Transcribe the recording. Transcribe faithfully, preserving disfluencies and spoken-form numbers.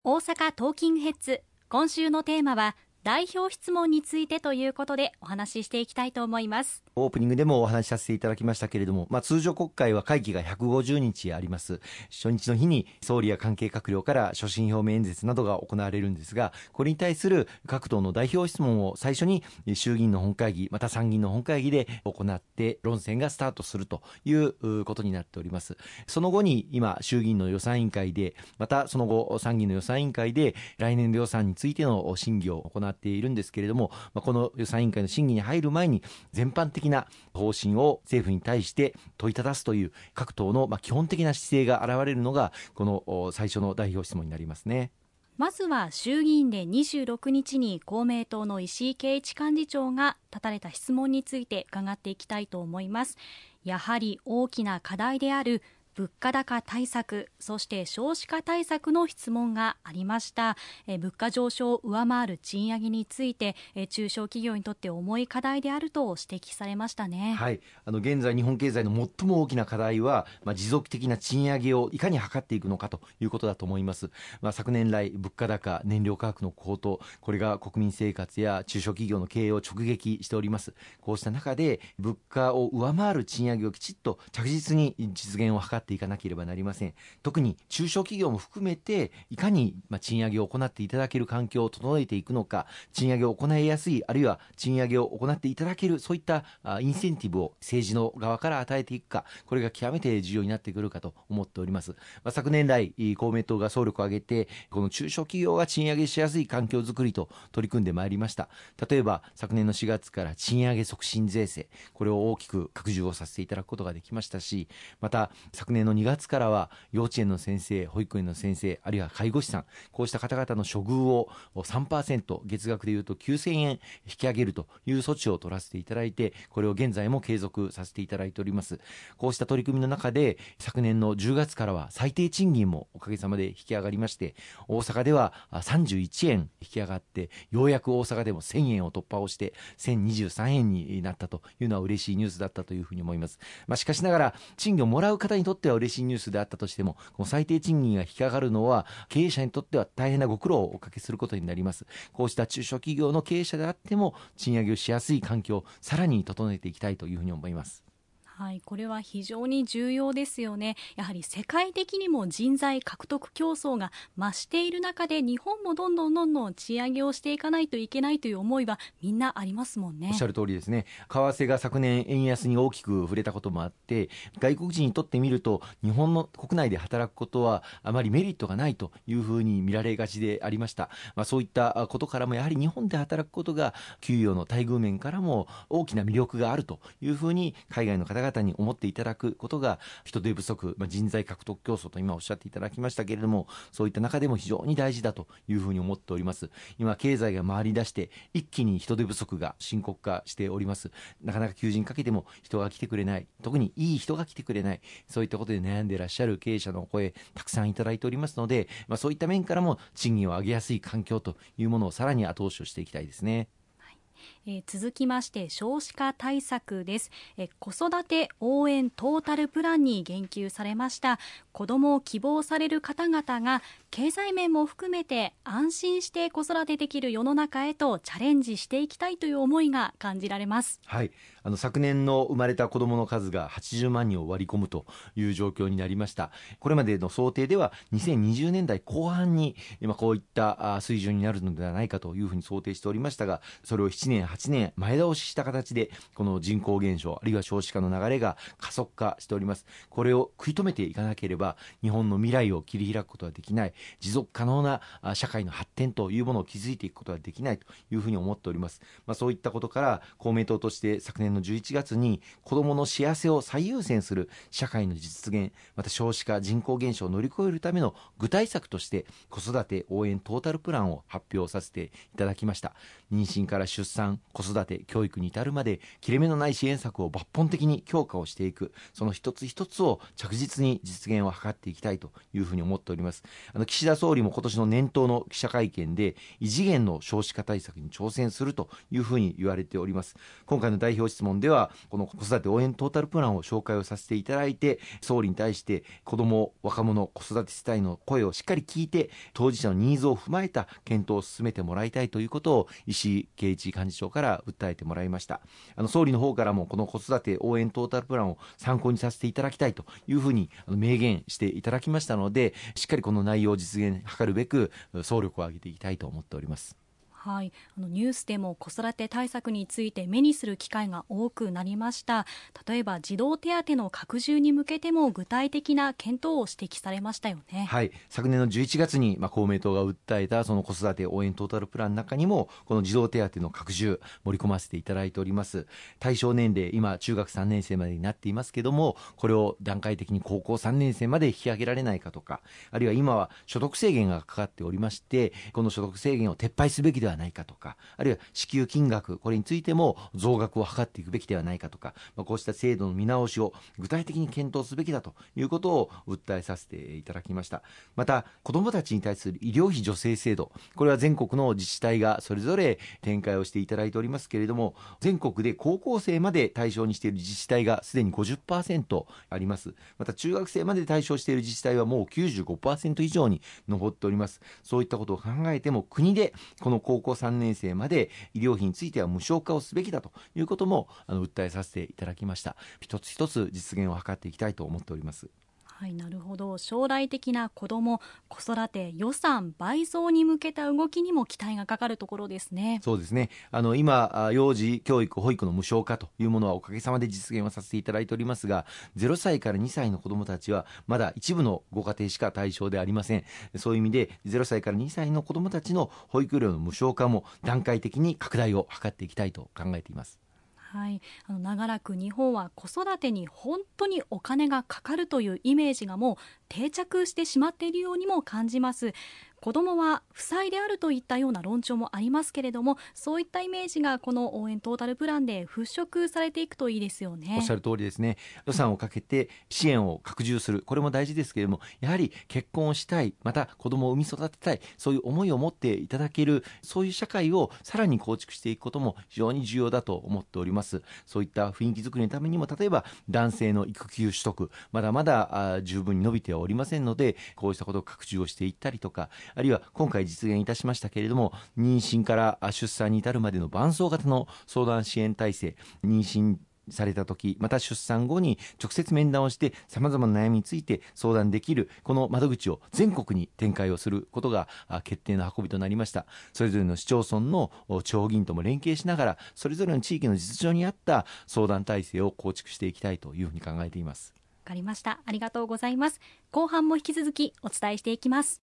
大阪トーキングヘッズ、今週のテーマは代表質問についてということでお話ししていきたいと思います。 オープニングでもお話しさせていただきましたけれども、まあ、通常国会は会期がひゃくごじゅうにちあります。初日の日に総理や関係閣僚から所信表明演説などが行われるんですが、これに対する各党の代表質問を最初に衆議院の本会議また参議院の本会議で行って論戦がスタートするということになっております。その後に今衆議院の予算委員会で、またその後参議院の予算委員会で来年度予算についての審議を行っているんですけれども、この予算委員会の審議に入る前に全般的な方針を政府に対して問いただすという各党の基本的な姿勢が現れるのがこの最初の代表質問になりますね。 まずは衆議院でにじゅうろくにちに公明党の石井啓一幹事長が立たれた質問について伺っていきたいと思います。やはり大きな課題である物価高対策、そして少子化対策の質問がありました。え物価上昇を上回る賃上げについてえ中小企業にとって重い課題であると指摘されましたね。 はい、あの現在日本経済の最も大きな課題は、まあ、持続的な賃上げをいかに図っていくのかということだと思います。まあ、昨年来物価高、燃料価格の高騰、これが国民生活や中小企業の経営を直撃しております。こうした中で物価を上回る賃上げをきちっと着実に実現を図っていかなければなりません。特に中小企業も含めていかに賃上げを行っていただける環境を整えていくのか、賃上げを行いやすい、あるいは賃上げを行っていただける、そういったインセンティブを政治の側から与えていくか、これが極めて重要になってくるかと思っております。まあ、昨年来公明党が総力を挙げてこの中小企業が賃上げしやすい環境づくりと取り組んでまいりました。例えば昨年のしがつから賃上げ促進税制、これを大きく拡充をさせていただくことができましたし、また昨年のにがつからは幼稚園の先生、保育園の先生、あるいは介護士さん、こうした方々の処遇を さんパーセント、月額でいうときゅうせんえん引き上げるという措置を取らせていただいて、これを現在も継続させていただいております。こうした取り組みの中で昨年のじゅうがつからは最低賃金もおかげさまで引き上がりまして、大阪ではさんじゅういちえん引き上がって、ようやく大阪でもせんえんを突破をしてせんにじゅうさんえんになったというのは嬉しいニュースだったというふうに思います。まあ、しかしながら賃金をもらう方にとっては嬉しいニュースであったとしても、この最低賃金が引き上がるのは経営者にとっては大変なご苦労をおかけすることになります。こうした中小企業の経営者であっても賃上げをしやすい環境をさらに整えていきたいというふうに思います。 はい、これは非常に重要ですよね。やはり世界的にも人材獲得競争が増している中で、日本もどんどんどんどん賃上げをしていかないといけないという思いはみんなありますもんね。 おっしゃる通りですね。為替が昨年円安に大きく触れたこともあって、外国人にとってみると日本の国内で働くことはあまりメリットがないというふうに見られがちでありました。まあ、そういったことからもやはり日本で働くことが給与の待遇面からも大きな魅力があるというふうに海外の方々に思っていただくことが、人手不足、まあ、人材獲得競争と今おっしゃっていただきましたけれども、そういった中でも非常に大事だというふうに思っております。今経済が回り出して一気に人手不足が深刻化しております。なかなか求人かけても人が来てくれない、特にいい人が来てくれない、そういったことで悩んでいらっしゃる経営者の声たくさんいただいておりますので、まあ、そういった面からも賃金を上げやすい環境というものをさらに後押しをしていきたいですね。 えー、続きまして少子化対策です。えー、子育て応援トータルプランに言及されました。子どもを希望される方々が経済面も含めて安心して子育てできる世の中へとチャレンジしていきたいという思いが感じられます。 はい、あの昨年の生まれた子どもの数がはちじゅうまんにんを割り込むという状況になりました。これまでの想定ではにせんにじゅうねんだいこう半に今こういった水準になるのではないかというふうに想定しておりましたが、それをななねんはちねん前倒しした形でこの人口減少あるいは少子化の流れが加速化しております。これを食い止めていかなければ日本の未来を切り開くことはできない、持続可能な社会の発展というものを築いていくことはできないというふうに思っております。まあ、そういったことから公明党として昨年のじゅういちがつに子どもの幸せを最優先する社会の実現、また少子化人口減少を乗り越えるための具体策として子育て応援トータルプランを発表させていただきました。妊娠から出産、 子育て教育に至るまで切れ目のない支援策を抜本的に強化をしていく、その一つ一つを着実に実現を図っていきたいというふうに思っております。あの岸田総理も今年の年頭の記者会見で異次元の少子化対策に挑戦するというふうに言われております。今回の代表質問ではこの子育て応援トータルプランを紹介をさせていただいて、総理に対して子ども若者子育て世帯の声をしっかり聞いて当事者のニーズを踏まえた検討を進めてもらいたいということを石井啓一幹事長から訴えてもらいました。あの総理の方からもこの子育て応援トータルプランを参考にさせていただきたいというふうにあの明言していただきましたので、しっかりこの内容を実現図るべく総力を挙げていきたいと思っております。 はい、あのニュースでも子育て対策について目にする機会が多くなりました。例えば児童手当の拡充に向けても具体的な検討を指摘されましたよね。 はい、昨年のじゅういちがつに、まあ、公明党が訴えたその子育て応援トータルプランの中にもこの児童手当の拡充盛り込ませていただいております。対象年齢今中学さんねん生までになっていますけども、これを段階的に高校さんねん生まで引き上げられないかとか、あるいは今は所得制限がかかっておりましてこの所得制限を撤廃すべきではないかとか、あるいは支給金額これについても増額を図っていくべきではないかとか、まあ、こうした制度の見直しを具体的に検討すべきだということを訴えさせていただきました。また子どもたちに対する医療費助成制度、これは全国の自治体がそれぞれ展開をしていただいておりますけれども、全国で高校生まで対象にしている自治体がすでに ごじゅっパーセント あります。また中学生まで対象している自治体はもう きゅうじゅうごパーセント 以上に上っております。そういったことを考えても国でこの高校さんねん生まで医療費については無償化をすべきだということもあの訴えさせていただきました。一つ一つ実現を図っていきたいと思っております。 はい、なるほど。将来的な子ども子育て予算倍増に向けた動きにも期待がかかるところですね。 そうですね。あの今幼児教育保育の無償化というものはおかげさまで実現をさせていただいておりますが、ゼロさいからにさいの子どもたちはまだ一部のご家庭しか対象でありません。そういう意味でゼロさいからにさいの子どもたちの保育料の無償化も段階的に拡大を図っていきたいと考えています。 はい、あの長らく日本は子育てに本当にお金がかかるというイメージがもう定着してしまっているようにも感じます。子どもは負債であるといったような論調もありますけれども、そういったイメージがこの応援トータルプランで払拭されていくといいですよね。 おっしゃる通りですね。予算をかけて支援を拡充する、これも大事ですけれども、やはり結婚をしたい、また子供を産み育てたい、そういう思いを持っていただける、そういう社会をさらに構築していくことも非常に重要だと思っております。そういった雰囲気づくりのためにも、例えば男性の育休取得まだまだあ十分に伸びてはおりませんので、こうしたことを拡充をしていったりとか、あるいは今回実現いたしましたけれども、妊娠から出産に至るまでの伴走型の相談支援体制、妊娠された時また出産後に直接面談をしてさまざまな悩みについて相談できるこの窓口を全国に展開をすることが決定の運びとなりました。それぞれの市町村の地方議員とも連携しながら、それぞれの地域の実情に合った相談体制を構築していきたいというふうに考えています。 わかりました。ありがとうございます。後半も引き続きお伝えしていきます。